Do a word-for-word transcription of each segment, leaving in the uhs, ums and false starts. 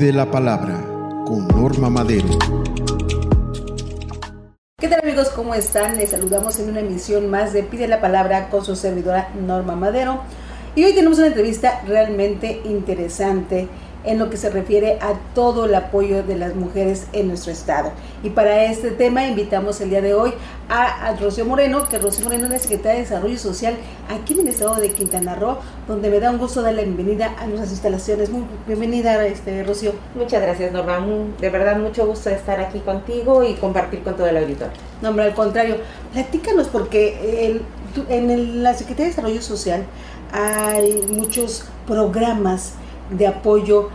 Pide la palabra con Norma Madero. ¿Qué tal, amigos? ¿Cómo están? Les saludamos en una emisión más de Pide la Palabra con su servidora Norma Madero. Y hoy tenemos una entrevista realmente interesante en lo que se refiere a todo el apoyo de las mujeres en nuestro estado. Y para este tema invitamos el día de hoy a, a Rocío Moreno, que Rocío Moreno es la Secretaria de Desarrollo Social aquí en el estado de Quintana Roo, donde me da un gusto dar la bienvenida a nuestras instalaciones. Muy bienvenida, este, Rocío. Muchas gracias, Norma. De verdad, mucho gusto de estar aquí contigo y compartir con todo el auditorio. No, hombre, al contrario. Platícanos, porque el, en el, la Secretaría de Desarrollo Social hay muchos programas de apoyo,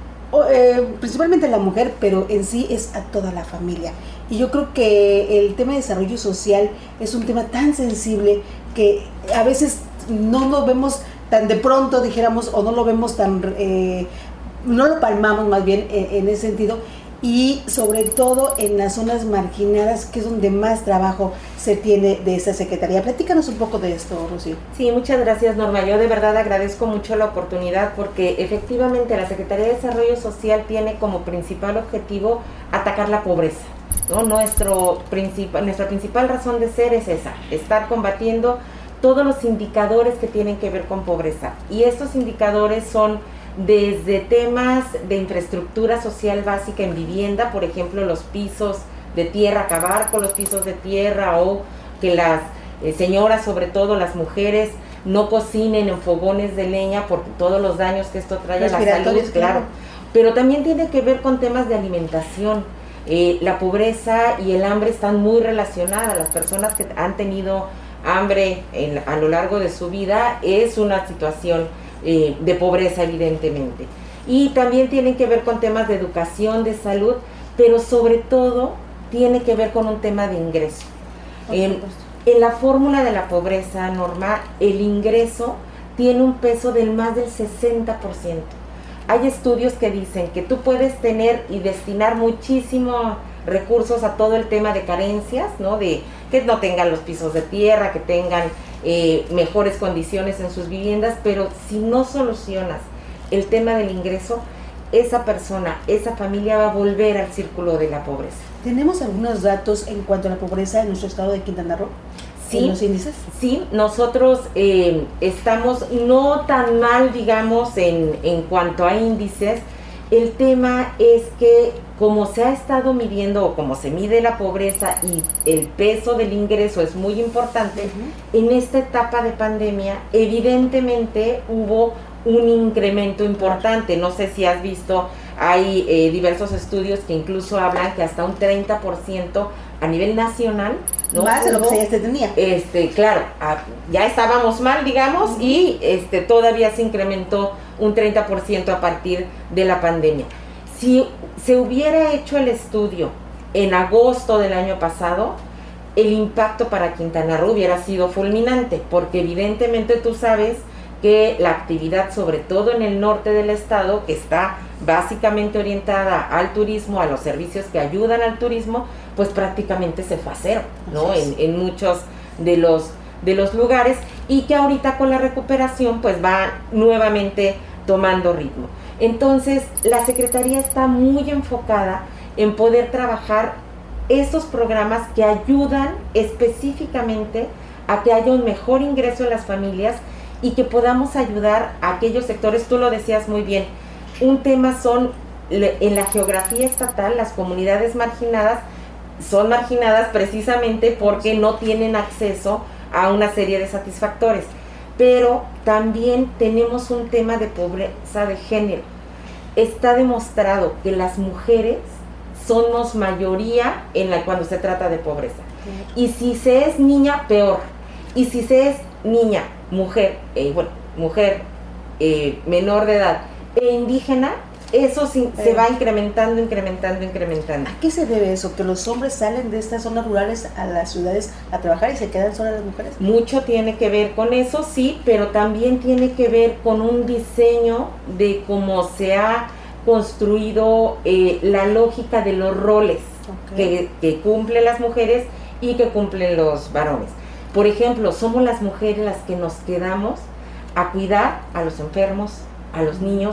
eh, principalmente a la mujer, pero en sí es a toda la familia. Y yo creo que el tema de desarrollo social es un tema tan sensible que a veces no lo vemos tan de pronto, dijéramos, o no lo vemos tan, eh, no lo palmamos más bien en, en ese sentido. Y sobre todo en las zonas marginadas, que es donde más trabajo se tiene de esta secretaría. Platícanos un poco de esto, Rocío. Sí, muchas gracias, Norma. Yo de verdad agradezco mucho la oportunidad porque efectivamente la Secretaría de Desarrollo Social tiene como principal objetivo atacar la pobreza, ¿no? Nuestro principal, nuestra principal razón de ser es esa, estar combatiendo todos los indicadores que tienen que ver con pobreza. Y estos indicadores son desde temas de infraestructura social básica en vivienda, por ejemplo, los pisos de tierra, acabar con los pisos de tierra, o que las eh, señoras, sobre todo las mujeres, no cocinen en fogones de leña por todos los daños que esto trae a la salud, claro. Pero también tiene que ver con temas de alimentación. Eh, la pobreza y el hambre están muy relacionadas. Las personas que han tenido hambre en, a lo largo de su vida es una situación Eh, de pobreza, evidentemente. Y también tienen que ver con temas de educación, de salud, pero sobre todo tiene que ver con un tema de ingreso. Eh, en la fórmula de la pobreza, Norma, el ingreso tiene un peso del más del sesenta por ciento. Hay estudios que dicen que tú puedes tener y destinar muchísimos recursos a todo el tema de carencias, ¿no? De que no tengan los pisos de tierra, que tengan eh, mejores condiciones en sus viviendas, pero si no solucionas el tema del ingreso, esa persona, esa familia va a volver al círculo de la pobreza. ¿Tenemos algunos datos en cuanto a la pobreza en nuestro estado de Quintana Roo? Sí, ¿En los índices? Sí, nosotros eh, estamos no tan mal, digamos, en, en cuanto a índices. El tema es que como se ha estado midiendo o como se mide la pobreza y el peso del ingreso es muy importante, uh-huh. En esta etapa de pandemia evidentemente hubo un incremento importante. No sé si has visto, hay eh, diversos estudios que incluso hablan que hasta un treinta por ciento a nivel nacional, ¿no? Más de lo que ya se tenía. Este, claro, a, ya estábamos mal, digamos, uh-huh. y este todavía se incrementó un treinta por ciento a partir de la pandemia. Si se hubiera hecho el estudio en agosto del año pasado, el impacto para Quintana Roo hubiera sido fulminante, porque evidentemente tú sabes que la actividad, sobre todo en el norte del estado, que está básicamente orientada al turismo, a los servicios que ayudan al turismo, pues prácticamente se fue a cero, ¿no? En, en muchos de los, de los lugares, y que ahorita con la recuperación pues va nuevamente tomando ritmo. Entonces, la Secretaría está muy enfocada en poder trabajar estos programas que ayudan específicamente a que haya un mejor ingreso en las familias y que podamos ayudar a aquellos sectores. Tú lo decías muy bien, un tema son, en la geografía estatal, las comunidades marginadas son marginadas precisamente porque no tienen acceso a una serie de satisfactores. Pero también tenemos un tema de pobreza de género. Está demostrado que las mujeres somos mayoría en la, cuando se trata de pobreza. Y si se es niña, peor. Y si se es niña, mujer, eh, bueno, mujer eh, menor de edad e indígena, eso sí, se va incrementando, incrementando, incrementando. ¿A qué se debe eso? ¿Que los hombres salen de estas zonas rurales a las ciudades a trabajar y se quedan solas las mujeres? Mucho tiene que ver con eso, sí, pero también tiene que ver con un diseño de cómo se ha construido eh, la lógica de los roles okay. que, que cumplen las mujeres y que cumplen los varones. Por ejemplo, somos las mujeres las que nos quedamos a cuidar a los enfermos, a los niños,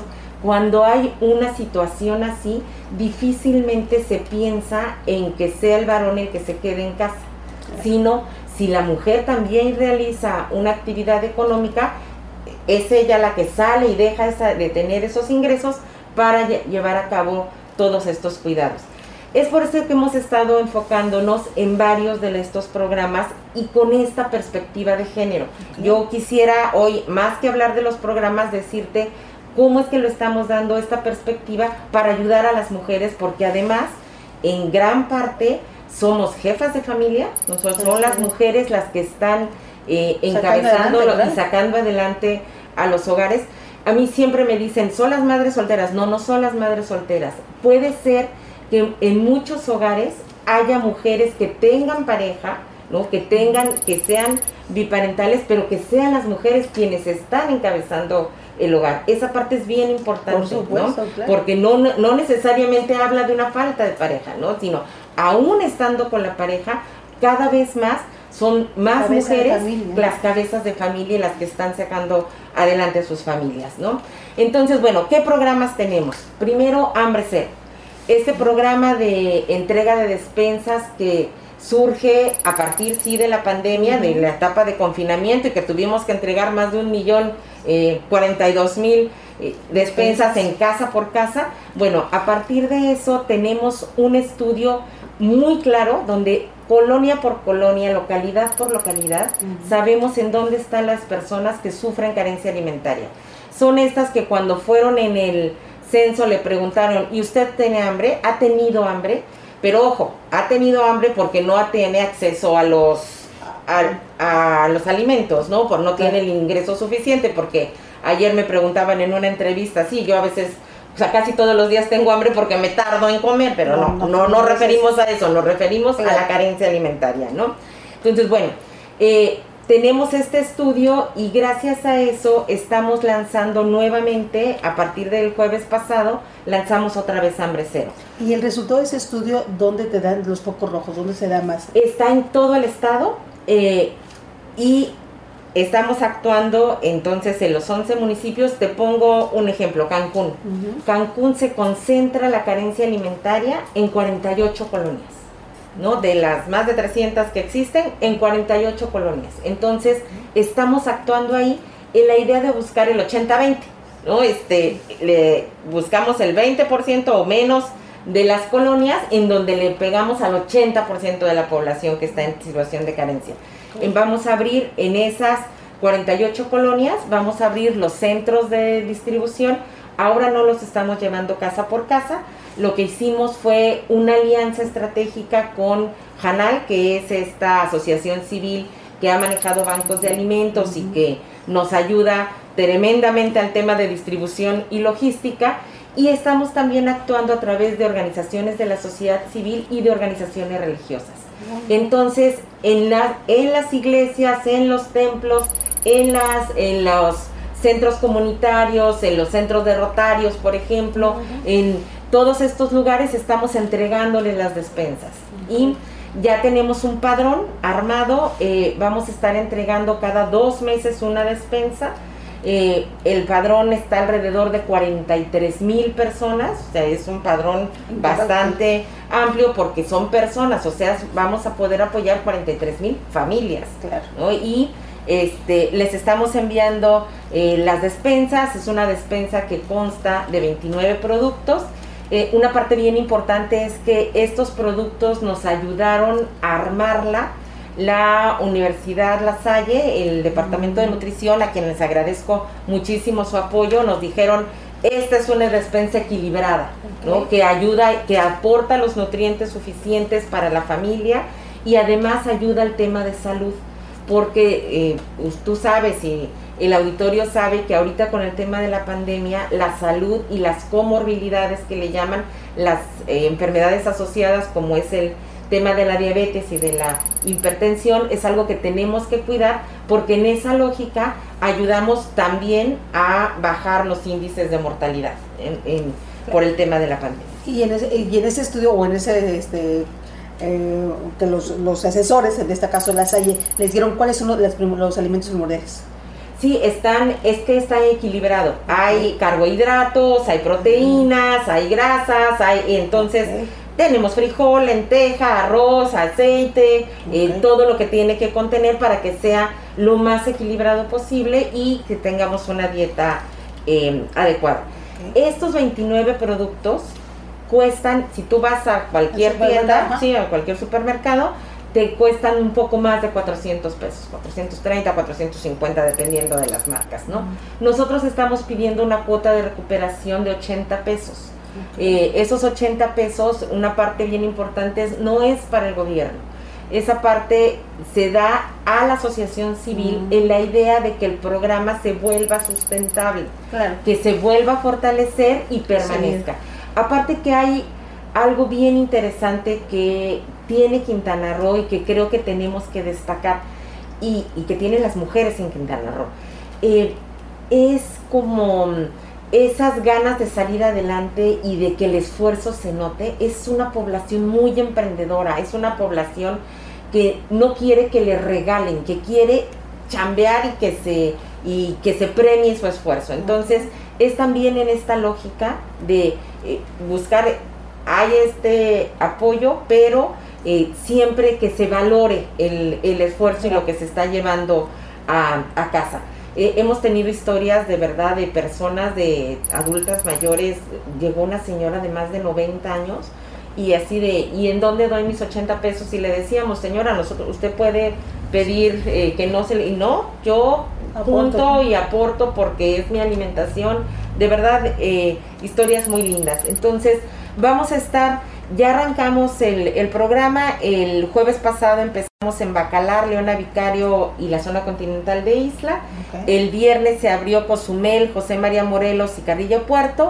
Cuando hay una situación así, difícilmente se piensa en que sea el varón el que se quede en casa, sino si la mujer también realiza una actividad económica, es ella la que sale y deja esa, de tener esos ingresos para lle- llevar a cabo todos estos cuidados. Es por eso que hemos estado enfocándonos en varios de estos programas y con esta perspectiva de género. Okay. Yo quisiera hoy, más que hablar de los programas, decirte cómo es que lo estamos dando esta perspectiva para ayudar a las mujeres, porque además, en gran parte, somos jefas de familia, nosotros son las mujeres las que están eh, encabezando y sacando adelante a los hogares. A mí siempre me dicen, ¿son las madres solteras? No, no son las madres solteras. Puede ser que en muchos hogares haya mujeres que tengan pareja, ¿no? Que tengan, que sean biparentales, pero que sean las mujeres quienes están encabezando el hogar. Esa parte es bien importante, por supuesto, ¿no? Claro. Porque no, no necesariamente habla de una falta de pareja, ¿no? Sino, aún estando con la pareja, cada vez más son más Cabeza mujeres las cabezas de familia y las que están sacando adelante a sus familias, ¿no? Entonces, bueno, ¿qué programas tenemos? Primero, Hambre Cero. Este programa de entrega de despensas que surge a partir, sí, de la pandemia, uh-huh. de la etapa de confinamiento, y que tuvimos que entregar más de un millón, eh, cuarenta y dos mil eh, despensas en casa por casa. Bueno, a partir de eso tenemos un estudio muy claro, donde colonia por colonia, localidad por localidad, uh-huh. sabemos en dónde están las personas que sufren carencia alimentaria. Son estas que cuando fueron en el censo le preguntaron, ¿y usted tiene hambre? ¿Ha tenido hambre? Pero ojo, ha tenido hambre porque no tiene acceso a los a, a los alimentos, ¿no? Por no tiene el ingreso suficiente, porque ayer me preguntaban en una entrevista, sí, yo a veces, o sea, casi todos los días tengo hambre porque me tardo en comer, pero no, no, no, no nos referimos a eso, nos referimos a la carencia alimentaria, ¿no? Entonces, bueno, eh, tenemos este estudio y gracias a eso estamos lanzando nuevamente, a partir del jueves pasado, lanzamos otra vez Hambre Cero. ¿Y el resultado de ese estudio, dónde te dan los focos rojos? ¿Dónde se da más? Está en todo el estado eh, y estamos actuando entonces en los once municipios. Te pongo un ejemplo, Cancún. Uh-huh. Cancún se concentra la carencia alimentaria en cuarenta y ocho colonias, ¿no? De las más de trescientas que existen, en cuarenta y ocho colonias. Entonces, estamos actuando ahí en la idea de buscar el ochenta veinte, ¿no? Este, le buscamos el veinte por ciento o menos de las colonias en donde le pegamos al ochenta por ciento de la población que está en situación de carencia. Okay. Vamos a abrir en esas cuarenta y ocho colonias, vamos a abrir los centros de distribución. Ahora no los estamos llevando casa por casa. Lo que hicimos fue una alianza estratégica con Janal, que es esta asociación civil que ha manejado bancos de alimentos uh-huh. y que nos ayuda tremendamente al tema de distribución y logística, y estamos también actuando a través de organizaciones de la sociedad civil y de organizaciones religiosas. Uh-huh. Entonces, en, la, en las iglesias, en los templos, en, las, en los centros comunitarios, en los centros de rotarios, por ejemplo, uh-huh. en todos estos lugares estamos entregándoles las despensas. Uh-huh. Y ya tenemos un padrón armado, eh, vamos a estar entregando cada dos meses una despensa. Eh, el padrón está alrededor de cuarenta y tres mil personas, o sea, es un padrón bastante amplio porque son personas, o sea, vamos a poder apoyar cuarenta y tres mil familias, claro, ¿no? Y este, les estamos enviando eh, las despensas. Es una despensa que consta de veintinueve productos. Eh, una parte bien importante es que estos productos nos ayudaron a armarla la Universidad La Salle, el Departamento de Nutrición, a quien les agradezco muchísimo su apoyo. Nos dijeron, esta es una despensa equilibrada, ¿no? Okay. Que ayuda, que aporta los nutrientes suficientes para la familia y además ayuda al tema de salud, porque eh, tú sabes y el auditorio sabe que ahorita con el tema de la pandemia, la salud y las comorbilidades que le llaman, las eh, enfermedades asociadas, como es el tema de la diabetes y de la hipertensión, es algo que tenemos que cuidar, porque en esa lógica ayudamos también a bajar los índices de mortalidad en, en, por el tema de la pandemia. Y en ese, y en ese estudio o en ese este eh, que los, los asesores, en este caso La Salle, les dieron cuáles son los, los, los alimentos primordiales. Sí, están, es que está equilibrado. Hay carbohidratos, hay proteínas, hay grasas, hay, entonces okay. tenemos frijol, lenteja, arroz, aceite, okay. eh, todo lo que tiene que contener para que sea lo más equilibrado posible y que tengamos una dieta eh, adecuada. Okay. Estos veintinueve productos cuestan, si tú vas a cualquier tienda, sí, a cualquier supermercado, te cuestan un poco más de cuatrocientos pesos, cuatrocientos treinta, cuatrocientos cincuenta, dependiendo de las marcas, ¿no? Uh-huh. Nosotros estamos pidiendo una cuota de recuperación de ochenta pesos. Uh-huh. Eh, esos ochenta pesos, una parte bien importante, es, no es para el gobierno. Esa parte se da a la asociación civil uh-huh. en la idea de que el programa se vuelva sustentable, claro. que se vuelva a fortalecer y permanezca. Sí. Aparte que hay algo bien interesante que tiene Quintana Roo y que creo que tenemos que destacar y, y que tienen las mujeres en Quintana Roo, eh, es como esas ganas de salir adelante y de que el esfuerzo se note. Es una población muy emprendedora, es una población que no quiere que le regalen, que quiere chambear y que se, y que se premie su esfuerzo. Entonces es también en esta lógica de eh, buscar, hay este apoyo, pero Eh, siempre que se valore el, el esfuerzo y lo que se está llevando a, a casa. Eh, hemos tenido historias de verdad de personas, de adultas mayores. Llegó una señora de más de noventa años y así de, ¿y en dónde doy mis ochenta pesos? Y le decíamos, señora, nosotros, usted puede pedir eh, que no se le... Y no, yo junto y aporto porque es mi alimentación. De verdad, eh, historias muy lindas. Entonces, vamos a estar... Ya arrancamos el, el programa, el jueves pasado empezamos en Bacalar, Leona Vicario y la zona continental de Isla. Okay. El viernes se abrió Cozumel, José María Morelos y Carrillo Puerto.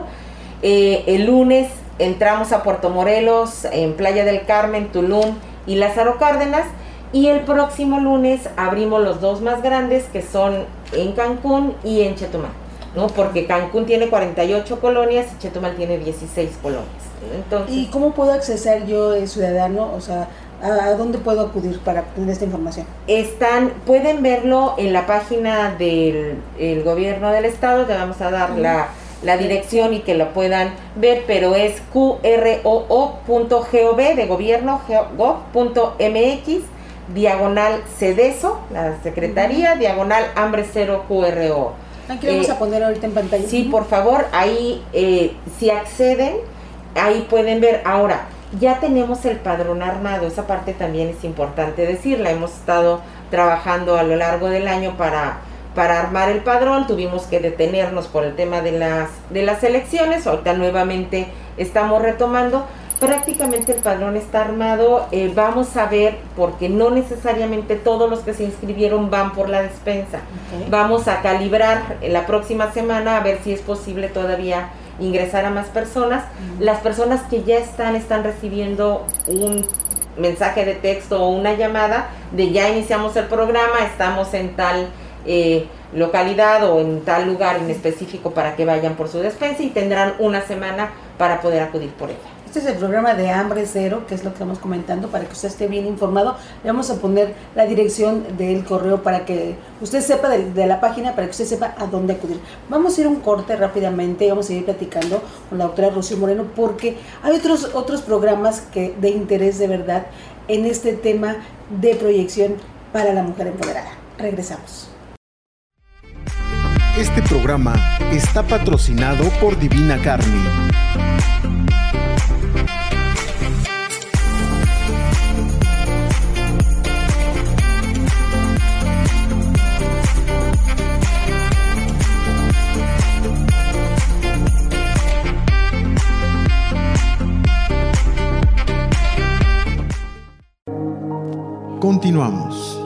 Eh, el lunes entramos a Puerto Morelos, en Playa del Carmen, Tulum y Lázaro Cárdenas. Y el próximo lunes abrimos los dos más grandes, que son en Cancún y en Chetumal, ¿no? Porque Cancún tiene cuarenta y ocho colonias y Chetumal tiene dieciséis colonias. Entonces, ¿y cómo puedo accesar yo, eh, ciudadano? O sea, ¿a, ¿a dónde puedo acudir para tener esta información? Están, pueden verlo en la página del el gobierno del estado. Te vamos a dar uh-huh. la, la dirección y que lo puedan ver, pero es q r o o punto gov de gobierno gov punto m x diagonal cedeso, la secretaría, uh-huh. diagonal hambre cero Q R O. Aquí vamos eh, a poner ahorita en pantalla. Sí, por favor, ahí eh, si acceden, ahí pueden ver. Ahora, ya tenemos el padrón armado, esa parte también es importante decirla. Hemos estado trabajando a lo largo del año para, para armar el padrón. Tuvimos que detenernos por el tema de las, de las elecciones. Ahorita nuevamente estamos retomando. Prácticamente el padrón está armado. Eh, vamos a ver, porque no necesariamente todos los que se inscribieron van por la despensa. Okay. Vamos a calibrar la próxima semana a ver si es posible todavía ingresar a más personas. Uh-huh. Las personas que ya están, están recibiendo un mensaje de texto o una llamada de ya iniciamos el programa, estamos en tal eh, localidad o en tal lugar en específico para que vayan por su despensa y tendrán una semana para poder acudir por ella. Este es el programa de Hambre Cero, que es lo que estamos comentando, para que usted esté bien informado. Le vamos a poner la dirección del correo para que usted sepa de, de la página, para que usted sepa a dónde acudir. Vamos a ir a un corte rápidamente y vamos a ir platicando con la doctora Rocío Moreno, porque hay otros, otros programas que de interés de verdad en este tema de proyección para la mujer empoderada. Regresamos. Este programa está patrocinado por Divina Carne. Continuamos.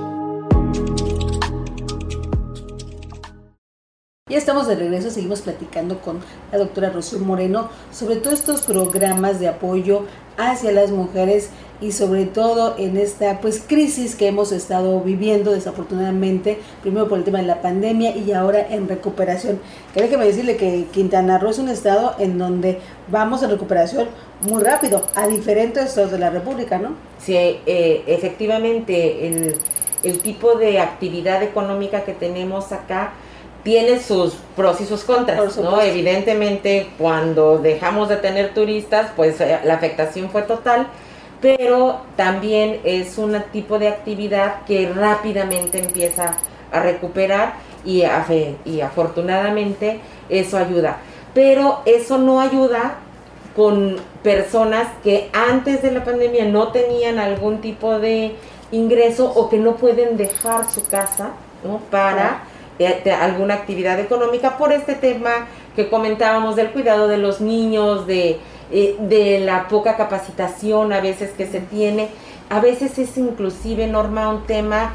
Ya estamos de regreso, seguimos platicando con la doctora Rocío Moreno sobre todos estos programas de apoyo hacia las mujeres y sobre todo en esta pues crisis que hemos estado viviendo desafortunadamente, primero por el tema de la pandemia y ahora en recuperación. Que déjeme decirle que Quintana Roo es un estado en donde vamos en recuperación muy rápido, a diferentes estados de la República, ¿no? Sí, eh, efectivamente, el, el tipo de actividad económica que tenemos acá tiene sus pros y sus contras, ¿no? Evidentemente, cuando dejamos de tener turistas, pues eh, la afectación fue total, pero también es un tipo de actividad que rápidamente empieza a recuperar y, a, y afortunadamente eso ayuda. Pero eso no ayuda con personas que antes de la pandemia no tenían algún tipo de ingreso o que no pueden dejar su casa, ¿no? Para de, de alguna actividad económica por este tema que comentábamos del cuidado de los niños, de, eh, de la poca capacitación a veces que se tiene. A veces es inclusive, Norma, un tema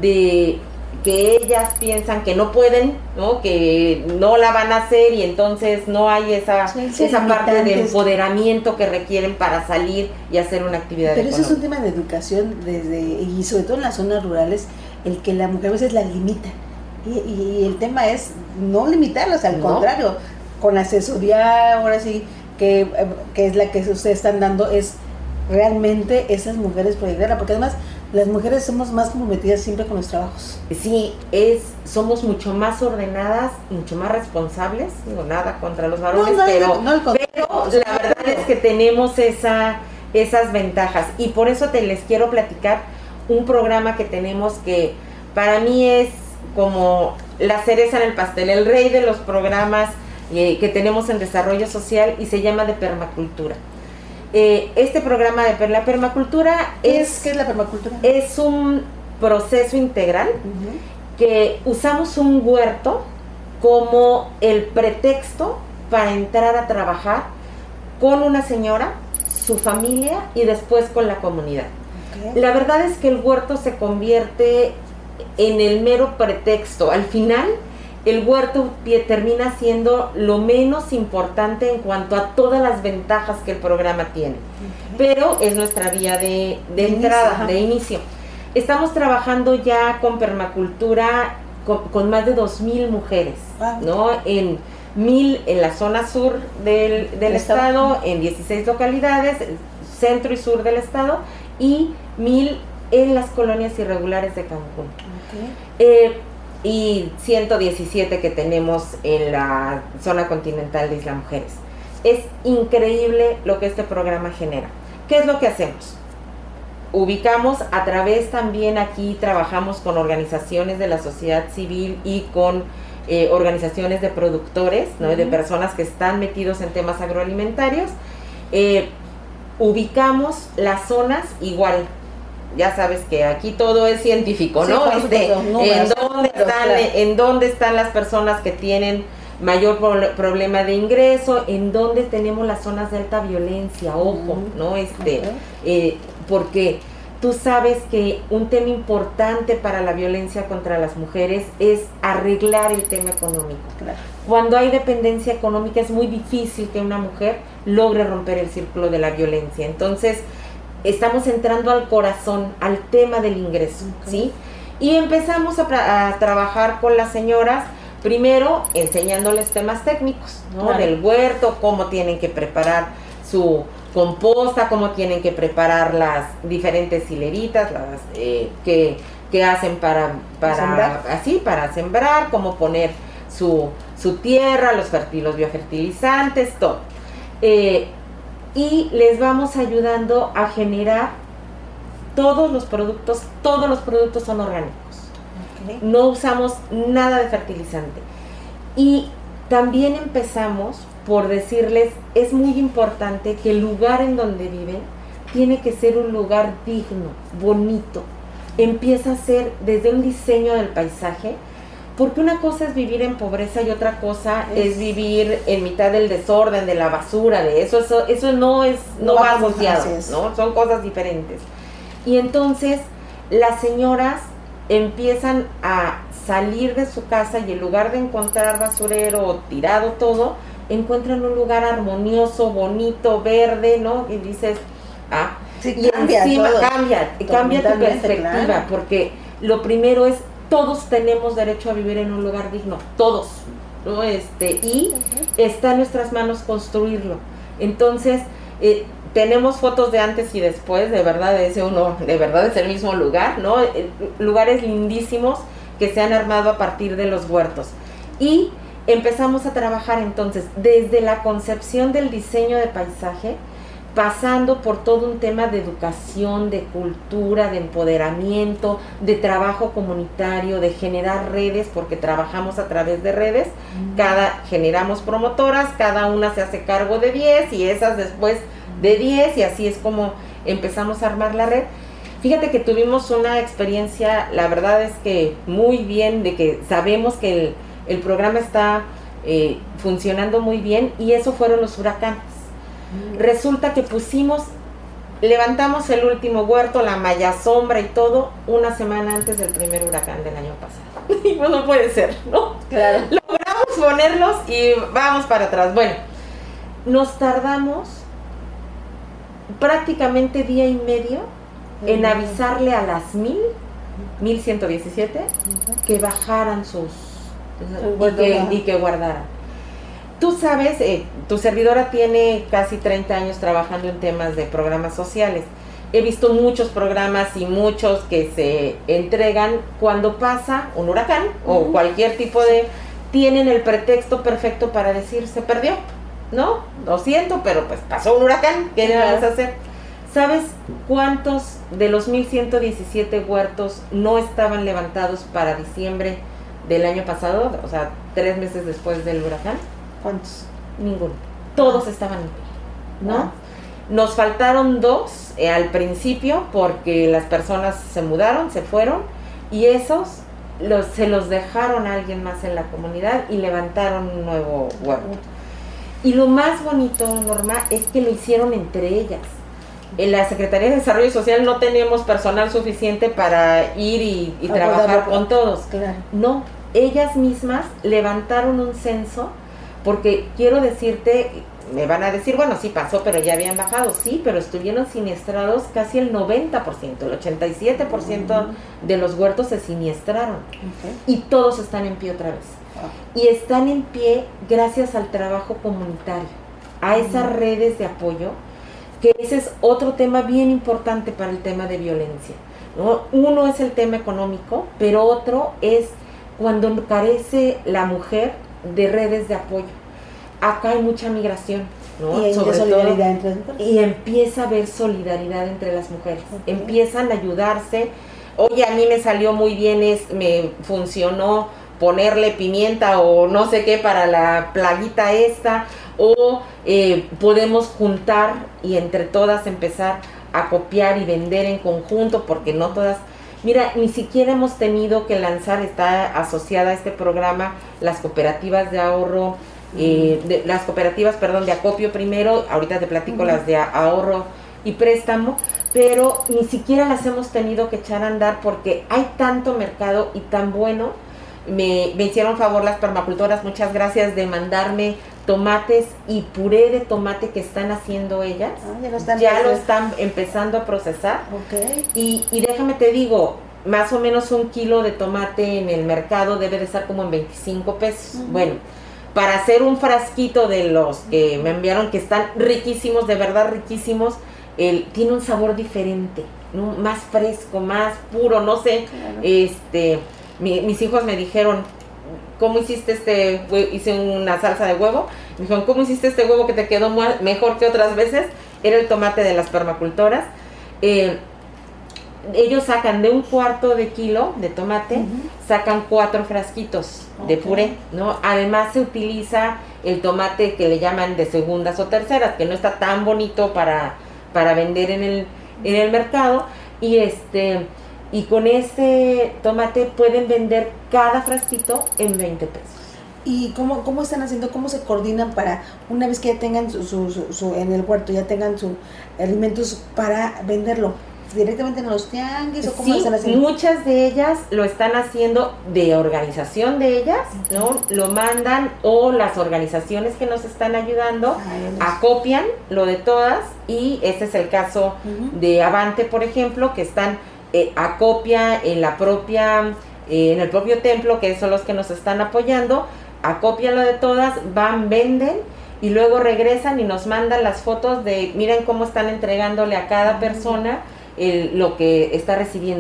de que ellas piensan que no pueden, ¿no? Que no la van a hacer y entonces no hay esa, sí, sí, esa parte de empoderamiento que requieren para salir y hacer una actividad Pero económica. Eso es un tema de educación desde y sobre todo en las zonas rurales, el que la mujer a veces la limita. Y, y el tema es no limitarlas, al no. contrario, con la asesoría, ahora sí, que, que es la que ustedes están dando, es realmente esas mujeres proyectarlas, porque además las mujeres somos más comprometidas siempre con los trabajos. Sí, es, somos mucho más ordenadas, mucho más responsables, no nada contra los varones, no, no, pero, no, no, pero la verdad es que tenemos esa, esas ventajas y por eso te les quiero platicar un programa que tenemos que para mí es como la cereza en el pastel, el rey de los programas eh, que tenemos en desarrollo social y se llama de permacultura. Eh, este programa de la permacultura es, ¿qué es la permacultura? Es un proceso integral uh-huh. que usamos un huerto como el pretexto para entrar a trabajar con una señora, su familia y después con la comunidad. Okay. La verdad es que el huerto se convierte en el mero pretexto. Al final el huerto termina siendo lo menos importante en cuanto a todas las ventajas que el programa tiene. Okay. Pero es nuestra vía de, de, de entrada, inicio, de inicio. Estamos trabajando ya con permacultura con, con más de dos mil mujeres, wow. ¿no? En mil en la zona sur del, del estado, en dieciséis localidades, centro y sur del estado, y mil en las colonias irregulares de Cancún. Okay. Eh, y ciento diecisiete que tenemos en la zona continental de Isla Mujeres. Es increíble lo que este programa genera. ¿Qué es lo que hacemos? Ubicamos a través también aquí, trabajamos con organizaciones de la sociedad civil y con eh, organizaciones de productores, ¿no? Uh-huh. De personas que están metidos en temas agroalimentarios. Eh, ubicamos las zonas igual. Ya sabes que aquí todo es científico, ¿no? Sí, este, no en, dónde están, claro. en dónde están las personas que tienen mayor pro- problema de ingreso, en dónde tenemos las zonas de alta violencia, ojo, uh-huh. ¿no? Este, okay. eh, porque tú sabes que un tema importante para la violencia contra las mujeres es arreglar el tema económico. Claro. Cuando hay dependencia económica es muy difícil que una mujer logre romper el círculo de la violencia. Entonces, estamos entrando al corazón, al tema del ingreso, okay. ¿sí? Y empezamos a, a trabajar con las señoras, primero enseñándoles temas técnicos, ¿no? Claro. Del huerto, cómo tienen que preparar su composta, cómo tienen que preparar las diferentes hileritas, las eh, que, que hacen para, para ¿Sembrar? así, para sembrar, cómo poner su, su tierra, los, fertil, los biofertilizantes, todo. Eh, y les vamos ayudando a generar todos los productos, todos los productos son orgánicos. Okay. No usamos nada de fertilizante. Y también empezamos por decirles, es muy importante que el lugar en donde viven tiene que ser un lugar digno, bonito. Empieza a ser desde un diseño del paisaje, porque una cosa es vivir en pobreza y otra cosa es, es vivir en mitad del desorden, de la basura, de eso, eso, eso no es, no, no va asociado, ¿no? Son cosas diferentes. Y entonces las señoras empiezan a salir de su casa y en lugar de encontrar basurero o tirado todo, encuentran un lugar armonioso, bonito, verde, ¿no? Y dices, ah, sí, y cambia encima todo, cambia, cambia tu perspectiva, claro. Porque lo primero es, todos tenemos derecho a vivir en un lugar digno, todos, ¿no? Este, y uh-huh. está en nuestras manos construirlo. Entonces, eh, tenemos fotos de antes y después, de verdad es uno, de verdad es el mismo lugar, ¿no? Eh, lugares lindísimos que se han armado a partir de los huertos. Y empezamos a trabajar entonces desde la concepción del diseño de paisaje, pasando por todo un tema de educación, de cultura, de empoderamiento, de trabajo comunitario, de generar redes, porque trabajamos a través de redes, mm. cada generamos promotoras, cada una se hace cargo de diez y esas después de diez, y así es como empezamos a armar la red. Fíjate que tuvimos una experiencia, la verdad es que muy bien, de que sabemos que el, el programa está eh, funcionando muy bien, y eso fueron los huracanes. Resulta que pusimos, levantamos el último huerto, la malla sombra y todo, una semana antes del primer huracán del año pasado. Y pues no puede ser, ¿no? Claro. Logramos ponerlos y vamos para atrás. Bueno, nos tardamos prácticamente día y medio en avisarle a las mil, mil ciento diecisiete, que bajaran sus, y que, y que guardaran. Tú sabes, eh, tu servidora tiene casi treinta años trabajando en temas de programas sociales. He visto muchos programas y muchos que se entregan cuando pasa un huracán uh-huh. o cualquier tipo de... Tienen el pretexto perfecto para decir, se perdió, ¿no? Lo siento, pero pues pasó un huracán, ¿qué le vamos a hacer? ¿Sabes cuántos de los mil ciento diecisiete huertos no estaban levantados para diciembre del año pasado? O sea, tres meses después del huracán. ¿Cuántos? Ninguno. Todos estaban en pie, ¿no? Ah. Nos faltaron dos eh, al principio porque las personas se mudaron, se fueron, y esos los, se los dejaron a alguien más en la comunidad y levantaron un nuevo huerto. Y lo más bonito, Norma, es que lo hicieron entre ellas. En la Secretaría de Desarrollo Social no tenemos personal suficiente para ir y, y trabajar con todos. Claro. No, ellas mismas levantaron un censo. Porque quiero decirte, me van a decir, bueno, sí pasó, pero ya habían bajado. Sí, pero estuvieron siniestrados casi el noventa por ciento, el ochenta y siete por ciento uh-huh. de los huertos se siniestraron. Okay. Y todos están en pie otra vez. Uh-huh. Y están en pie gracias al trabajo comunitario, a esas uh-huh. redes de apoyo, que ese es otro tema bien importante para el tema de violencia, ¿no? Uno es el tema económico, pero otro es cuando carece la mujer de redes de apoyo. Acá hay mucha migración, ¿no? Y Sobre solidaridad todo, entre las mujeres. Y empieza a haber solidaridad entre las mujeres. Okay. Empiezan a ayudarse. Oye, a mí me salió muy bien, es, me funcionó ponerle pimienta o no sé qué para la plaguita esta, o eh, podemos juntar y entre todas empezar a copiar y vender en conjunto, porque no todas... Mira, ni siquiera hemos tenido que lanzar, está asociada a este programa, las cooperativas de ahorro, eh, de, las cooperativas, perdón, de acopio primero, ahorita te platico uh-huh. las de ahorro y préstamo, pero ni siquiera las hemos tenido que echar a andar porque hay tanto mercado y tan bueno. Me, me hicieron favor las permacultoras, muchas gracias, de mandarme tomates y puré de tomate que están haciendo ellas. Ah, ya lo están, ya lo están empezando a procesar. Okay. Y, y déjame te digo, más o menos un kilo de tomate en el mercado debe de estar como en veinticinco pesos. Uh-huh. Bueno, para hacer un frasquito de los que me enviaron, que están riquísimos, de verdad riquísimos, el, tiene un sabor diferente, ¿no? Más fresco, más puro, no sé, claro. este... Mi, mis hijos me dijeron, ¿cómo hiciste este? Hice una salsa de huevo. Me dijeron, ¿cómo hiciste este huevo que te quedó mejor que otras veces? Era el tomate de las permacultoras. Eh, ellos sacan de un cuarto de kilo de tomate, uh-huh. sacan cuatro frasquitos okay. de puré, ¿no? Además se utiliza el tomate que le llaman de segundas o terceras, que no está tan bonito para, para vender en el, en el mercado. Y este... Y con ese tomate pueden vender cada frasquito en veinte pesos. ¿Y cómo, cómo están haciendo, cómo se coordinan para, una vez que ya tengan su, su, su, su en el huerto, ya tengan sus alimentos para venderlo? ¿Directamente en los tianguis o cómo sí, lo están haciendo? Muchas de ellas lo están haciendo de organización de ellas, ¿no? Lo mandan, o las organizaciones que nos están ayudando Ay, acopian lo de todas, y este es el caso uh-huh. de Avante, por ejemplo, que están... Eh, acopia en la propia eh, en el propio templo, que son los que nos están apoyando, acopian lo de todas, van, venden y luego regresan y nos mandan las fotos de miren cómo están entregándole a cada persona el, lo que está recibiendo.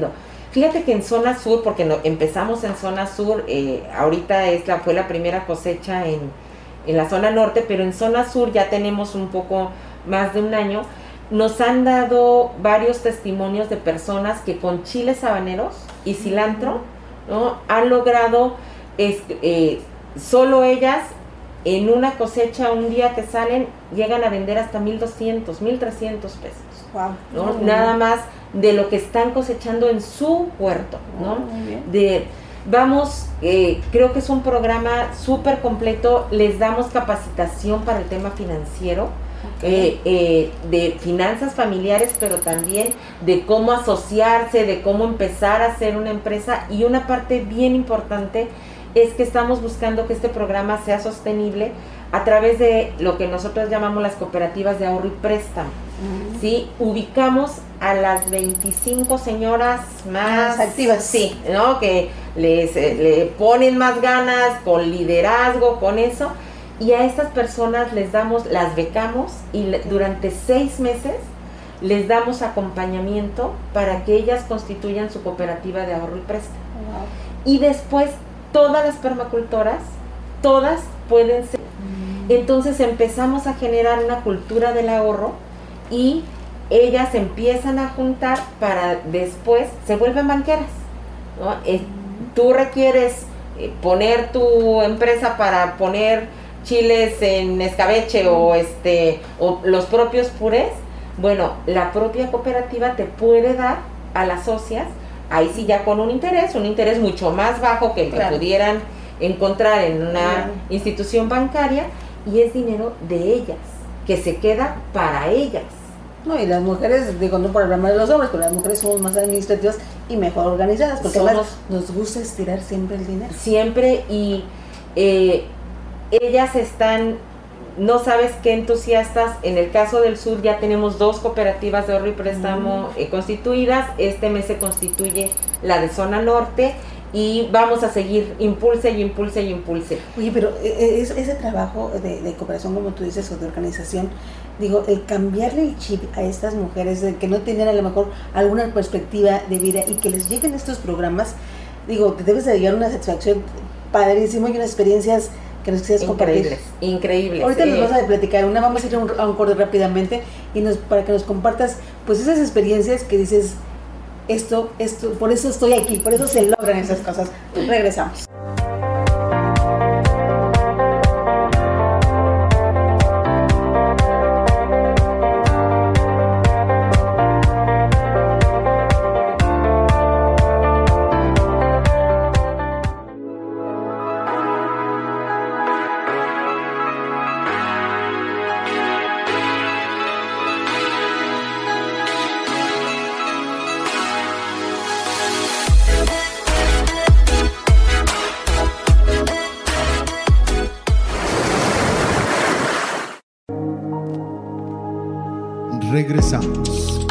Fíjate que en zona sur, porque no, empezamos en zona sur, eh, ahorita es la, fue la primera cosecha en, en la zona norte, pero en zona sur ya tenemos un poco más de un año. Nos han dado varios testimonios de personas que con chiles habaneros y cilantro, ¿no?, han logrado, es, eh, solo ellas, en una cosecha, un día que salen, llegan a vender hasta mil doscientos, mil trescientos pesos. Wow. ¿No? Uh-huh. Nada más de lo que están cosechando en su huerto, ¿no? Uh, muy bien. De, vamos, eh, creo que es un programa súper completo, les damos capacitación para el tema financiero, okay. eh, eh, de finanzas familiares, pero también de cómo asociarse, de cómo empezar a hacer una empresa, y una parte bien importante es que estamos buscando que este programa sea sostenible a través de lo que nosotros llamamos las cooperativas de ahorro y préstamo. Uh-huh. ¿Sí? Ubicamos a las veinticinco señoras más, más activas, sí, ¿no?, que les eh, le ponen más ganas, con liderazgo, con eso, y a estas personas les damos, las becamos, y le, durante seis meses les damos acompañamiento para que ellas constituyan su cooperativa de ahorro y préstamo. Uh-huh. Y después todas las permacultoras, todas pueden ser. Entonces empezamos a generar una cultura del ahorro y ellas empiezan a juntar para después, se vuelven banqueras, ¿no? Eh, tú requieres eh, poner tu empresa para poner chiles en escabeche o, este, o los propios purés. Bueno, la propia cooperativa te puede dar a las socias, ahí sí ya con un interés, un interés mucho más bajo que el claro. que pudieran encontrar en una claro. institución bancaria, y es dinero de ellas, que se queda para ellas. No, y las mujeres, digo, no por hablar más de los hombres, pero las mujeres somos más administrativas y mejor organizadas, porque somos, además nos gusta estirar siempre el dinero. Siempre, y eh, ellas están, no sabes qué entusiastas. En el caso del sur ya tenemos dos cooperativas de ahorro y préstamo mm. eh, constituidas. Este mes se constituye la de zona norte, y vamos a seguir, impulse y impulse y impulse. Oye, pero ese, ese trabajo de, de cooperación, como tú dices, o de organización, digo, el cambiarle el chip a estas mujeres de que no tienen a lo mejor alguna perspectiva de vida y que les lleguen estos programas, digo, te debes de llevar una satisfacción padrísimo y unas experiencias que nos quisieras compartir. Increíbles, increíbles. Ahorita eh. nos vas a platicar una, vamos a ir a un, a un corte rápidamente y nos, para que nos compartas pues esas experiencias que dices, esto, esto, por eso estoy aquí, por eso se logran esas cosas. Regresamos. Regresamos.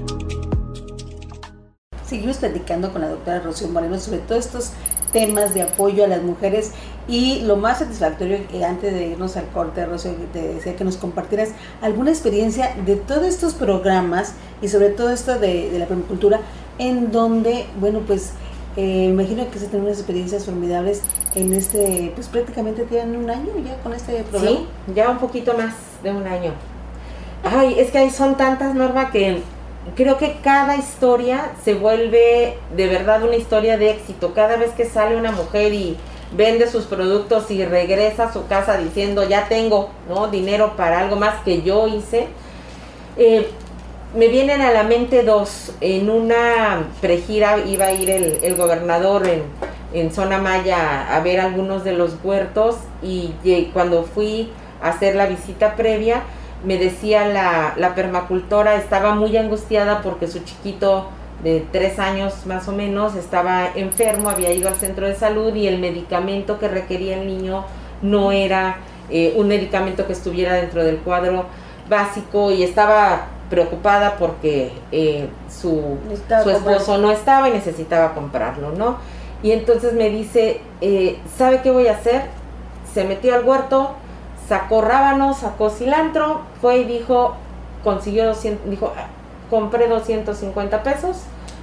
Seguimos platicando con la doctora Rocío Moreno sobre todos estos temas de apoyo a las mujeres, y lo más satisfactorio, eh, antes de irnos al corte, Rocío, te decía que nos compartieras alguna experiencia de todos estos programas y sobre todo esto de, de la permacultura, en donde, bueno, pues eh, imagino que se tienen unas experiencias formidables en este, pues prácticamente tienen un año ya con este programa. Sí, ya un poquito más de un año. Ay, es que ahí son tantas, Norma, que creo que cada historia se vuelve de verdad una historia de éxito. Cada vez que sale una mujer y vende sus productos y regresa a su casa diciendo, ya tengo, ¿no?, dinero para algo más que yo hice. Eh, me vienen a la mente dos. En una pregira iba a ir el, el gobernador en, en Zona Maya a ver algunos de los huertos, y, y cuando fui a hacer la visita previa, me decía la, la permacultora, estaba muy angustiada porque su chiquito de tres años más o menos estaba enfermo, había ido al centro de salud y el medicamento que requería el niño no era eh, un medicamento que estuviera dentro del cuadro básico, y estaba preocupada porque eh, su, su esposo no estaba y necesitaba comprarlo, ¿no? Y entonces me dice, eh, ¿sabe qué voy a hacer? Se metió al huerto, sacó rábanos, sacó cilantro, fue y dijo, consiguió doscientos, dijo, compré doscientos cincuenta pesos,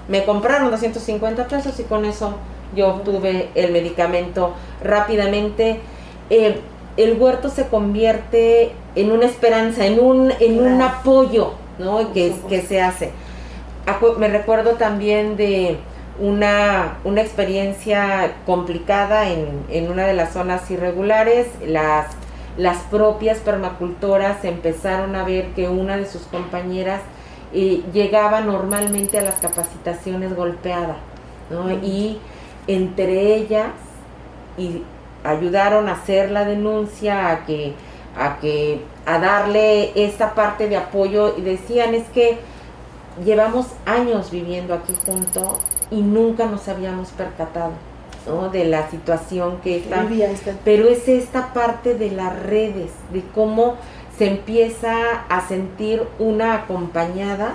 me compraron doscientos cincuenta pesos y con eso yo obtuve el medicamento rápidamente. Eh, el huerto se convierte en una esperanza, en un, en claro. un apoyo, ¿no? que, que se hace. Acu- me recuerdo también de una, una experiencia complicada en, en una de las zonas irregulares. Las, las propias permacultoras empezaron a ver que una de sus compañeras eh, llegaba normalmente a las capacitaciones golpeada, ¿no? Mm. Y entre ellas y ayudaron a hacer la denuncia, a que, a que, a darle esta parte de apoyo, y decían, es que llevamos años viviendo aquí juntos y nunca nos habíamos percatado, ¿no? De la situación que está, pero es esta parte de las redes, de cómo se empieza a sentir una acompañada,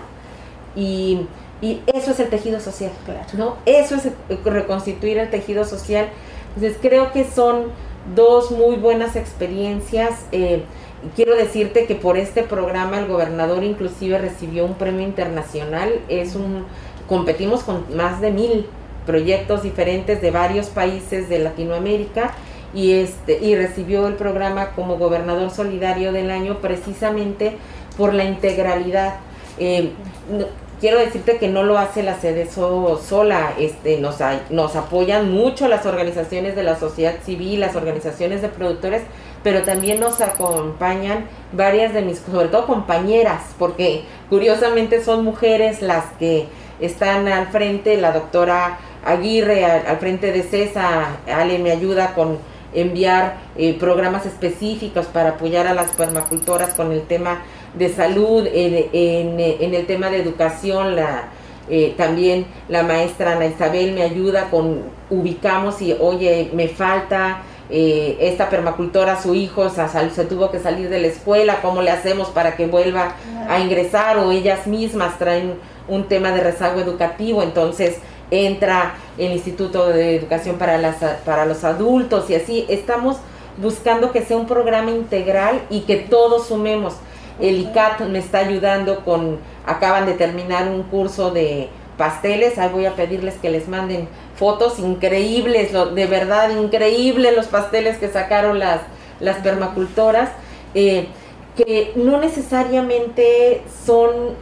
y, y eso es el tejido social, claro. ¿no? Eso es reconstituir el tejido social. Entonces creo que son dos muy buenas experiencias. Eh, quiero decirte que por este programa el gobernador inclusive recibió un premio internacional. Es un competimos con más de mil proyectos diferentes de varios países de Latinoamérica, y este y recibió el programa como gobernador solidario del año precisamente por la integralidad. Eh, no, quiero decirte que no lo hace la CEDESO sola, este, nos, nos apoyan mucho las organizaciones de la sociedad civil, las organizaciones de productores, pero también nos acompañan varias de mis, sobre todo compañeras, porque curiosamente son mujeres las que están al frente. La doctora Aguirre al, al frente de CESA, Ale me ayuda con enviar eh, programas específicos para apoyar a las permacultoras con el tema de salud, en, en, en el tema de educación. La, eh, también la maestra Ana Isabel me ayuda con, ubicamos y, oye, me falta eh, esta permacultora, su hijo se, se tuvo que salir de la escuela, ¿cómo le hacemos para que vuelva a ingresar? O ellas mismas traen un tema de rezago educativo, entonces entra el Instituto de Educación para, las, para los Adultos, y así estamos buscando que sea un programa integral y que todos sumemos. El I C A T me está ayudando con, acaban de terminar un curso de pasteles, ahí voy a pedirles que les manden fotos increíbles, lo, de verdad increíbles los pasteles que sacaron las, las permacultoras, eh, que no necesariamente son,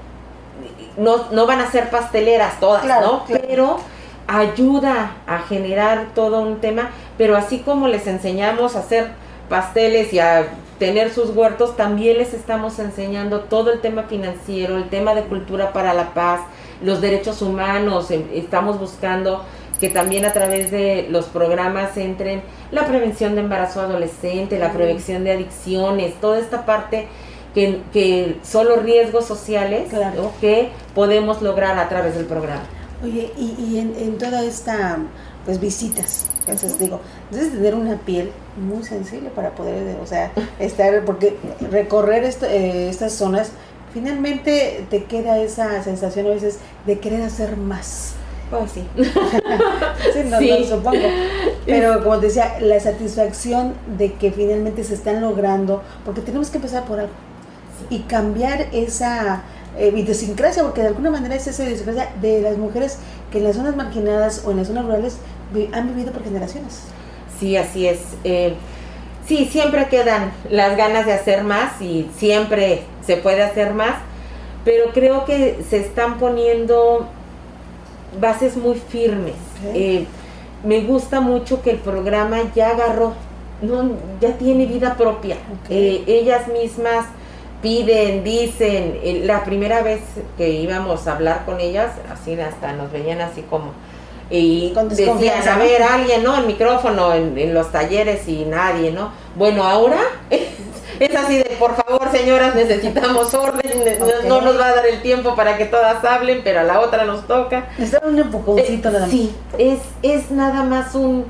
no, no van a ser pasteleras todas, claro, ¿no? Claro. Pero ayuda a generar todo un tema, pero así como les enseñamos a hacer pasteles y a tener sus huertos, también les estamos enseñando todo el tema financiero, el tema de cultura para la paz, los derechos humanos. Estamos buscando que también a través de los programas entren la prevención de embarazo adolescente, la prevención de adicciones, toda esta parte que, que son los riesgos sociales, claro, ¿no?, que podemos lograr a través del programa. Oye, y, y en, en toda esta, pues, visitas, entonces digo, debes tener una piel muy sensible para poder, o sea, estar, porque recorrer esto, eh, estas zonas, finalmente te queda esa sensación a veces de querer hacer más. Pues sí. sí, no, sí. No, supongo. Pero como te decía, la satisfacción de que finalmente se están logrando, porque tenemos que empezar por algo. Sí. Y cambiar esa eh, idiosincrasia, porque de alguna manera es esa idiosincrasia de las mujeres que en las zonas marginadas o en las zonas rurales vi, han vivido por generaciones. Sí, así es. Eh, sí, siempre quedan las ganas de hacer más y siempre se puede hacer más, pero creo que se están poniendo bases muy firmes. Okay. Eh, me gusta mucho que el programa ya agarró, no, ya tiene vida propia. Okay. Eh, ellas mismas piden, dicen. Eh, la primera vez que íbamos a hablar con ellas, así hasta nos veían así como, y decían, a ver, alguien, ¿no? El micrófono en, en los talleres y nadie, ¿no? Bueno, ahora es así de, por favor, señoras, necesitamos orden, okay, no, no nos va a dar el tiempo para que todas hablen, pero a la otra nos toca. Es un empujoncito eh, nada más. Sí, es, es nada más un,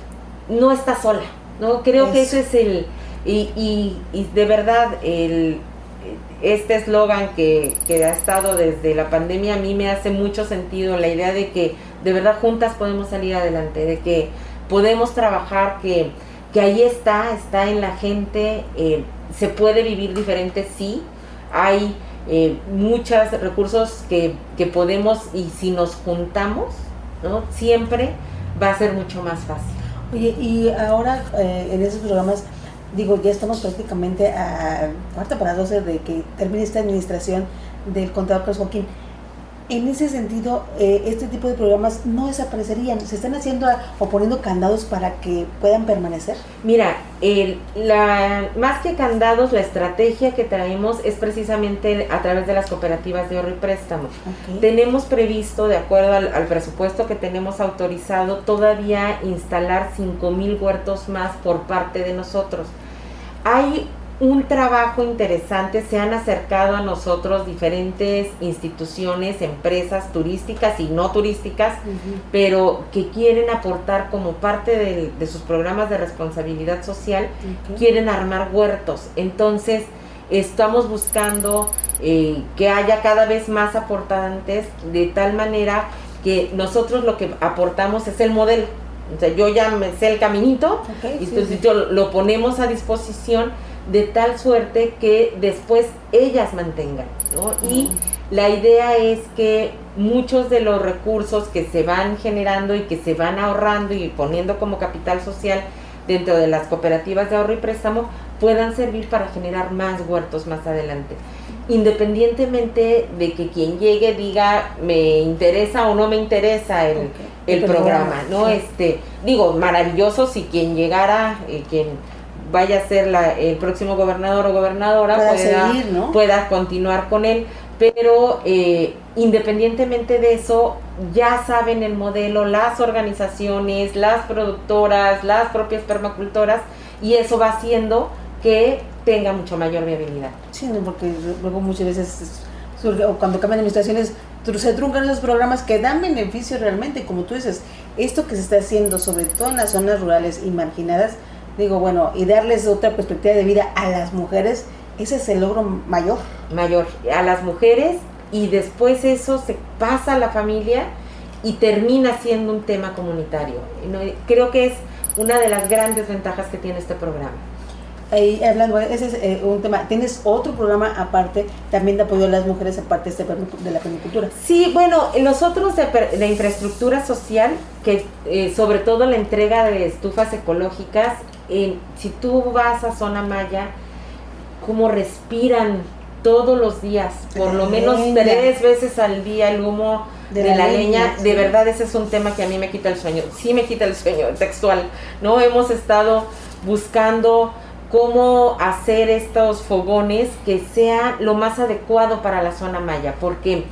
no está sola, ¿no? Creo eso. que eso es el, y, y, y de verdad, el este eslogan que, que ha estado desde la pandemia a mí me hace mucho sentido, la idea de que de verdad juntas podemos salir adelante, de que podemos trabajar, que, que ahí está, está en la gente, eh, se puede vivir diferente, sí, hay eh, muchos recursos que, que podemos, y si nos juntamos, ¿no? Siempre va a ser mucho más fácil. Oye, y ahora eh, en esos programas, digo, ya estamos prácticamente a cuarta para doce de que termine esta administración del contador Carlos Joaquín. En ese sentido, eh, este tipo de programas no desaparecerían, ¿se están haciendo o poniendo candados para que puedan permanecer? Mira, el, la, más que candados, la estrategia que traemos es precisamente a través de las cooperativas de ahorro y préstamo. Okay. Tenemos previsto, de acuerdo al, al presupuesto que tenemos autorizado, todavía instalar cinco mil huertos más por parte de nosotros. Hay un trabajo interesante, se han acercado a nosotros diferentes instituciones, empresas turísticas y no turísticas, uh-huh. pero que quieren aportar como parte de, de sus programas de responsabilidad social, okay. quieren armar huertos. Entonces, estamos buscando eh, que haya cada vez más aportantes, de tal manera que nosotros lo que aportamos es el modelo. O sea, yo ya me sé el caminito, okay, y entonces sí, sí. yo lo ponemos a disposición de tal suerte que después ellas mantengan, ¿no? Mm. Y la idea es que muchos de los recursos que se van generando y que se van ahorrando y poniendo como capital social dentro de las cooperativas de ahorro y préstamo puedan servir para generar más huertos más adelante, independientemente de que quien llegue diga me interesa o no me interesa el, okay. el, el programa, ¿no? Sí. Este, digo, maravilloso si quien llegara, eh, quien vaya a ser la, el próximo gobernador o gobernadora pueda, pueda, seguir, ¿no? pueda continuar con él, pero eh, independientemente de eso, ya saben el modelo, las organizaciones, las productoras, las propias permacultoras, y eso va haciendo que tenga mucho mayor viabilidad. Sí, porque luego muchas veces surge, o cuando cambian administraciones, se truncan esos programas que dan beneficio realmente, como tú dices, esto que se está haciendo, sobre todo en las zonas rurales y marginadas, digo, bueno, y darles otra perspectiva de vida a las mujeres, ese es el logro mayor. Mayor, a las mujeres, y después eso se pasa a la familia y termina siendo un tema comunitario. Creo que es una de las grandes ventajas que tiene este programa. Ahí hablando, ese es eh, un tema. ¿Tienes otro programa aparte también de apoyo a las mujeres aparte de, este, de la permacultura? Sí, bueno, nosotros de, de infraestructura social, que eh, sobre todo la entrega de estufas ecológicas, eh, si tú vas a Zona Maya, cómo respiran todos los días, por lo menos leña. tres veces al día el humo de, de la, la leña, leña, de sí. verdad ese es un tema que a mí me quita el sueño, sí me quita el sueño textual, ¿no? Hemos estado buscando cómo hacer estos fogones que sea lo más adecuado para la Zona Maya, porque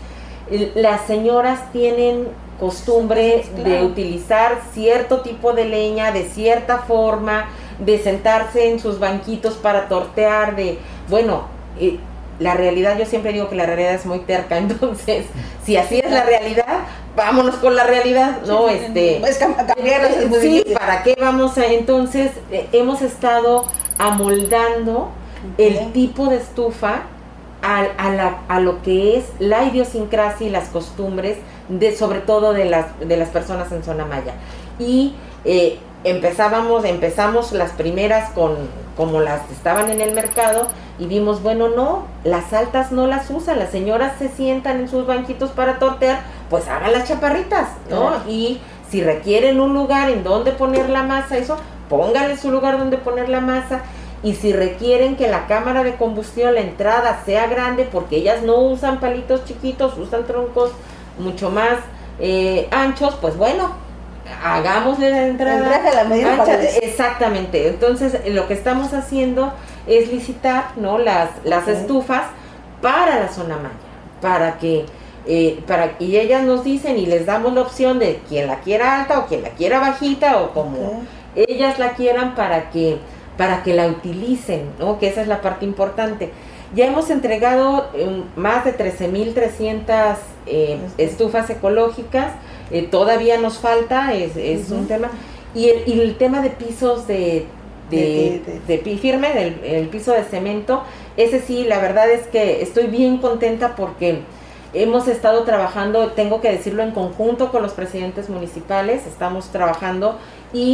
las señoras tienen costumbre sí, claro. de utilizar cierto tipo de leña, de cierta forma, de sentarse en sus banquitos para tortear, de, bueno, eh, la realidad, yo siempre digo que la realidad es muy terca, entonces, si así es la realidad, vámonos con la realidad, ¿no? Sí, este, pues cambiar, es muy sí, difícil. ¿para qué vamos a, entonces, eh, hemos estado amoldando okay. el tipo de estufa a, a, la, a lo que es la idiosincrasia y las costumbres de, sobre todo de las, de las personas en Zona Maya. Y eh, empezábamos, empezamos las primeras con como las estaban en el mercado y vimos, bueno, no, las altas no las usan, las señoras se sientan en sus banquitos para tortear, pues hagan las chaparritas, ¿no? Claro. Y si requieren un lugar en donde poner la masa, eso, pónganle su lugar donde poner la masa. Y si requieren que la cámara de combustión, la entrada sea grande, porque ellas no usan palitos chiquitos, usan troncos mucho más eh, anchos, pues bueno, hagámosle la entrada a la medida ancha. Exactamente. Entonces, lo que estamos haciendo es licitar, ¿no? Las, las okay. estufas para la Zona Maya, para que eh, para y ellas nos dicen y les damos la opción de quien la quiera alta o quien la quiera bajita o como okay. ellas la quieran para que para que la utilicen, ¿no? Que esa es la parte importante. Ya hemos entregado eh, más de trece mil trescientas eh, estufas ecológicas, eh, todavía nos falta, es, es uh-huh. un tema, y el, y el tema de pisos de, de, de, de, de, de firme, del el piso de cemento, ese sí, la verdad es que estoy bien contenta porque hemos estado trabajando, tengo que decirlo, en conjunto con los presidentes municipales, estamos trabajando y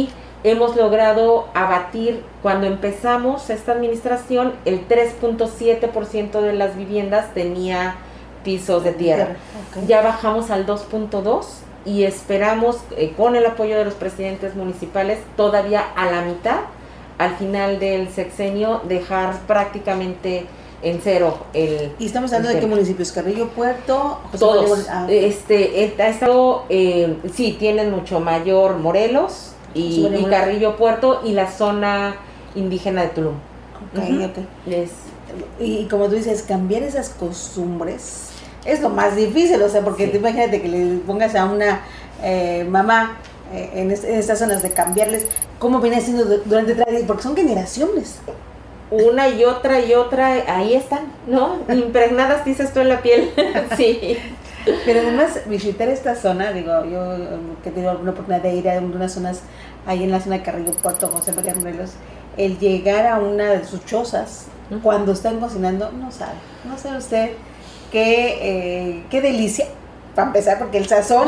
hemos logrado abatir, cuando empezamos esta administración, el tres punto siete por ciento de las viviendas tenía pisos de tierra. Okay. Ya bajamos al dos punto dos y esperamos, eh, con el apoyo de los presidentes municipales, todavía a la mitad, al final del sexenio, dejar prácticamente en cero el... ¿Y estamos hablando de qué municipios? ¿Carrillo Puerto? José Todos. María, ah, este, ha estado, eh, sí, tienen mucho mayor Morelos y, y Carrillo Puerto y la zona indígena de Tulum. Ok, uh-huh. ok. Es, y como tú dices, cambiar esas costumbres es lo más difícil, o sea, porque sí. te imagínate que le pongas a una eh, mamá eh, en, est- en estas zonas de cambiarles, cómo viene siendo durante tres porque son generaciones. Una y otra y otra, ahí están, ¿no? Impregnadas, dices tú, en la piel. Sí. Pero además, visitar esta zona, digo, yo que tengo la oportunidad de ir a unas zonas ahí en la zona de Carrillo Puerto, José María Morelos, el llegar a una de sus chozas, uh-huh. cuando están cocinando, no sabe, no sabe usted qué, eh, qué delicia, para empezar, porque el sazón...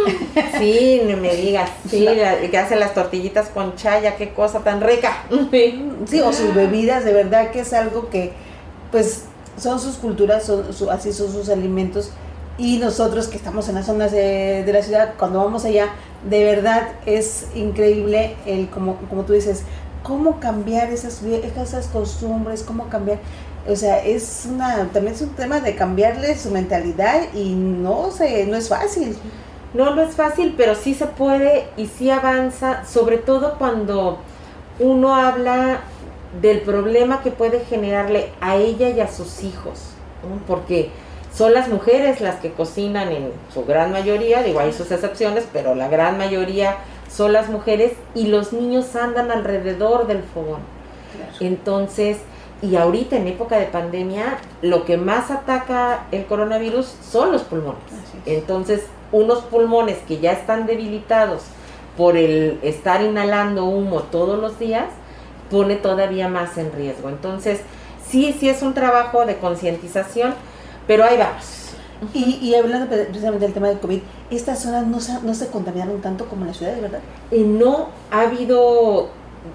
Sí, no me digas, sí, la, que hacen las tortillitas con chaya, qué cosa tan rica. Sí, o sus bebidas, de verdad que es algo que, pues, son sus culturas, son, su, así son sus alimentos, y nosotros que estamos en las zonas de, de la ciudad, cuando vamos allá, de verdad es increíble, el como, como tú dices, cómo cambiar esas, esas costumbres, cómo cambiar... O sea, es una, también es un tema de cambiarle su mentalidad y no sé, no es fácil. No, no es fácil, pero sí se puede y sí avanza, sobre todo cuando uno habla del problema que puede generarle a ella y a sus hijos, ¿no? Porque son las mujeres las que cocinan en su gran mayoría, digo, hay sus excepciones, pero la gran mayoría son las mujeres y los niños andan alrededor del fogón. Claro. Entonces... Y ahorita en época de pandemia, lo que más ataca el coronavirus son los pulmones. Entonces, unos pulmones que ya están debilitados por el estar inhalando humo todos los días, pone todavía más en riesgo. Entonces, sí, sí es un trabajo de concientización, pero ahí vamos. Y, y hablando precisamente del tema del COVID, ¿estas zonas no se, no se contaminaron tanto como en la ciudad, de verdad? Eh, no ha habido...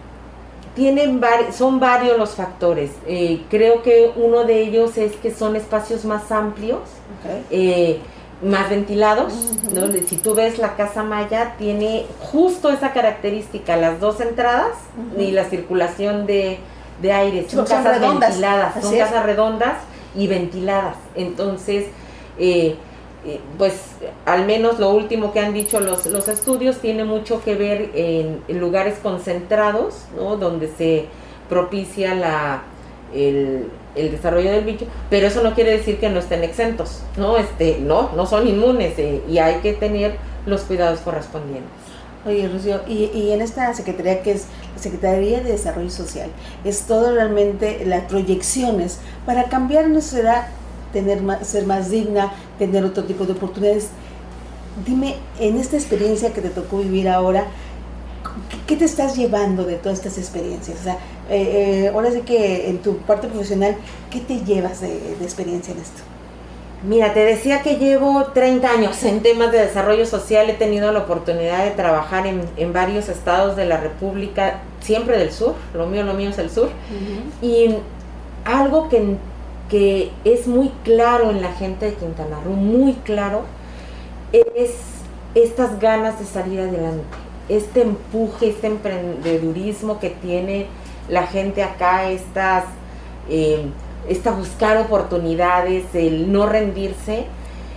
Tienen vari- son varios los factores. Eh, creo que uno de ellos es que son espacios más amplios, okay. eh, más ventilados. Uh-huh. ¿No? Si tú ves la Casa Maya, tiene justo esa característica, las dos entradas uh-huh. y la circulación de, de aire. Son, son casas redondas. ventiladas, Así son es. casas redondas y ventiladas. Entonces, eh, eh, pues al menos lo último que han dicho los, los estudios tiene mucho que ver en, en lugares concentrados, ¿no? Donde se propicia la el, el desarrollo del bicho, pero eso no quiere decir que no estén exentos, no este no no son inmunes eh, y hay que tener los cuidados correspondientes. Oye, Rocío, y, y en esta secretaría que es la Secretaría de Desarrollo Social, es todo realmente las proyecciones para cambiar nuestra edad, tener más, ser más digna, tener otro tipo de oportunidades. Dime, en esta experiencia que te tocó vivir ahora, ¿qué te estás llevando de todas estas experiencias? O sea, eh, eh, ahora sí que en tu parte profesional, ¿qué te llevas de, de experiencia en esto? Mira, te decía que llevo treinta años en temas de desarrollo social, he tenido la oportunidad de trabajar en, en varios estados de la República, siempre del sur, lo mío, lo mío es el sur, uh-huh. y algo que que es muy claro en la gente de Quintana Roo, muy claro, es estas ganas de salir adelante, este empuje, este emprendedurismo que tiene la gente acá, estas, eh, esta buscar oportunidades, el no rendirse,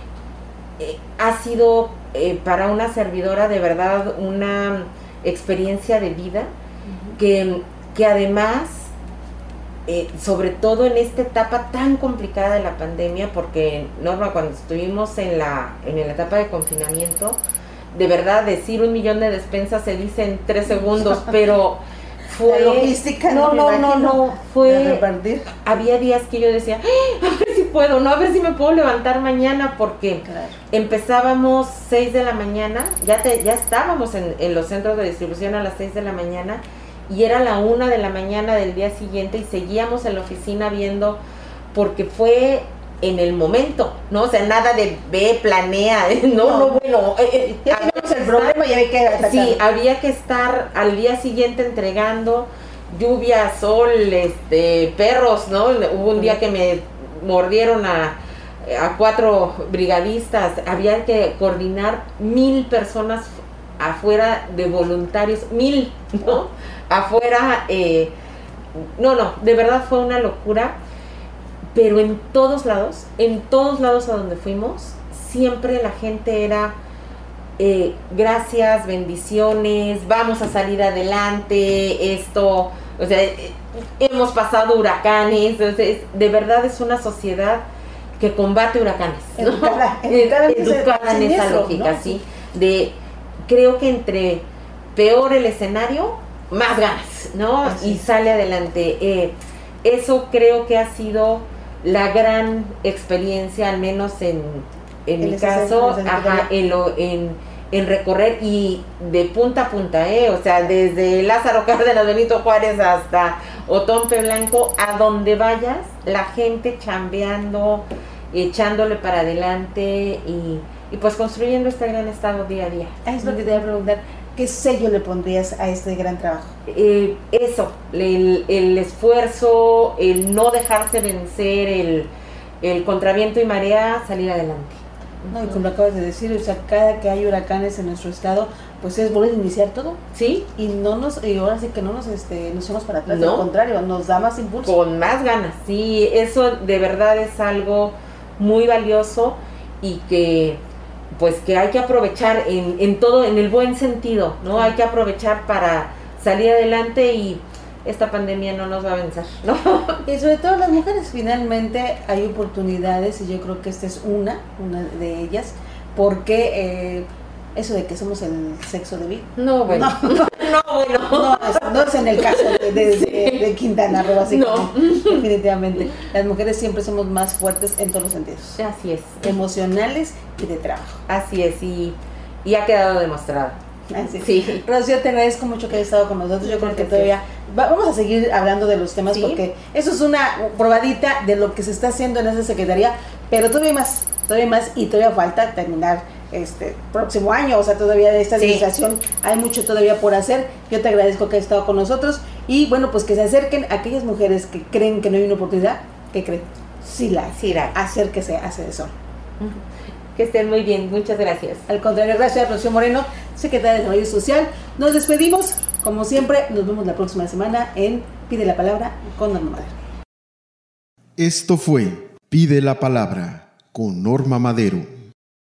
eh, ha sido eh, para una servidora de verdad una experiencia de vida, uh-huh. que, que además... Eh, sobre todo en esta etapa tan complicada de la pandemia, porque Norma, cuando estuvimos en la en la etapa de confinamiento, de verdad decir un millón de despensas se dice en tres segundos, pero fue la logística, no no no no fue había días que yo decía, a ver si puedo, no a ver si me puedo levantar mañana, porque claro. empezábamos seis de la mañana, ya te, ya estábamos en, en los centros de distribución a las seis de la mañana. Y era la una de la mañana del día siguiente y seguíamos en la oficina viendo, porque fue en el momento, ¿no? O sea, nada de ve, planea, no, no, no bueno, eh, eh, tenemos el problema y hay que atacar. Sí, había que estar al día siguiente entregando lluvia, sol, este, perros, ¿no? Hubo un día que me mordieron a, a cuatro brigadistas, había que coordinar mil personas afuera de voluntarios, mil, ¿no? Afuera, eh, no, no, de verdad fue una locura, pero en todos lados, en todos lados a donde fuimos, siempre la gente era... Eh, gracias, bendiciones, vamos a salir adelante, esto, o sea, eh, hemos pasado huracanes, entonces, de verdad es una sociedad que combate huracanes, ¿no? Educada, educada, educada en esa lógica, ¿no? Sí, de, creo que entre peor el escenario, más ganas, ¿no? Así. Y sale adelante. Eh, eso creo que ha sido la gran experiencia, al menos en, en mi caso, ajá, en lo, en en recorrer y de punta a punta, ¿eh? O sea, desde Lázaro Cárdenas, Benito Juárez hasta Otompe Blanco, a donde vayas, la gente chambeando, echándole para adelante y, y pues construyendo este gran estado día a día. Es lo que te iba a preguntar, ¿qué sello le pondrías a este gran trabajo? Eh, eso, el, el esfuerzo, el no dejarse vencer, el, el contraviento y marea, salir adelante. No, y como lo acabas de decir, o sea, cada que hay huracanes en nuestro estado, pues es volver a iniciar todo. Sí. Y no nos, y ahora sí que no nos, este, nos echamos para atrás, no. Al contrario, nos da más impulso. Con más ganas, sí, eso de verdad es algo muy valioso y que, pues que hay que aprovechar en, en todo, en el buen sentido, ¿no? Sí. Hay que aprovechar para salir adelante y esta pandemia no nos va a vencer, ¿no? Y sobre todo las mujeres, finalmente hay oportunidades y yo creo que esta es una, una de ellas, porque eh, eso de que somos el sexo débil. No, bueno. No, no, bueno. No es, no es en el caso de, de, de, de Quintana Roo, así no. que definitivamente. Las mujeres siempre somos más fuertes en todos los sentidos. Así es. Emocionales y de trabajo. Así es, y, y ha quedado demostrado. Así. Sí. Rocío, te agradezco mucho que hayas estado con nosotros. Yo creo que todavía va, vamos a seguir hablando de los temas, ¿sí? Porque eso es una probadita de lo que se está haciendo en esa secretaría, pero todavía más, todavía más y todavía falta terminar este próximo año, o sea, todavía de esta administración sí. Hay mucho todavía por hacer. Yo te agradezco que hayas estado con nosotros y bueno, pues que se acerquen a aquellas mujeres que creen que no hay una oportunidad, que creen, sí la hay, sí la hay. Acérquese a Sedesol. Uh-huh. Que estén muy bien, muchas gracias. Al contrario, gracias a Rocío Moreno, secretaria de Desarrollo Social. Nos despedimos, como siempre, nos vemos la próxima semana en Pide la Palabra con Norma Madero. Esto fue Pide la Palabra con Norma Madero.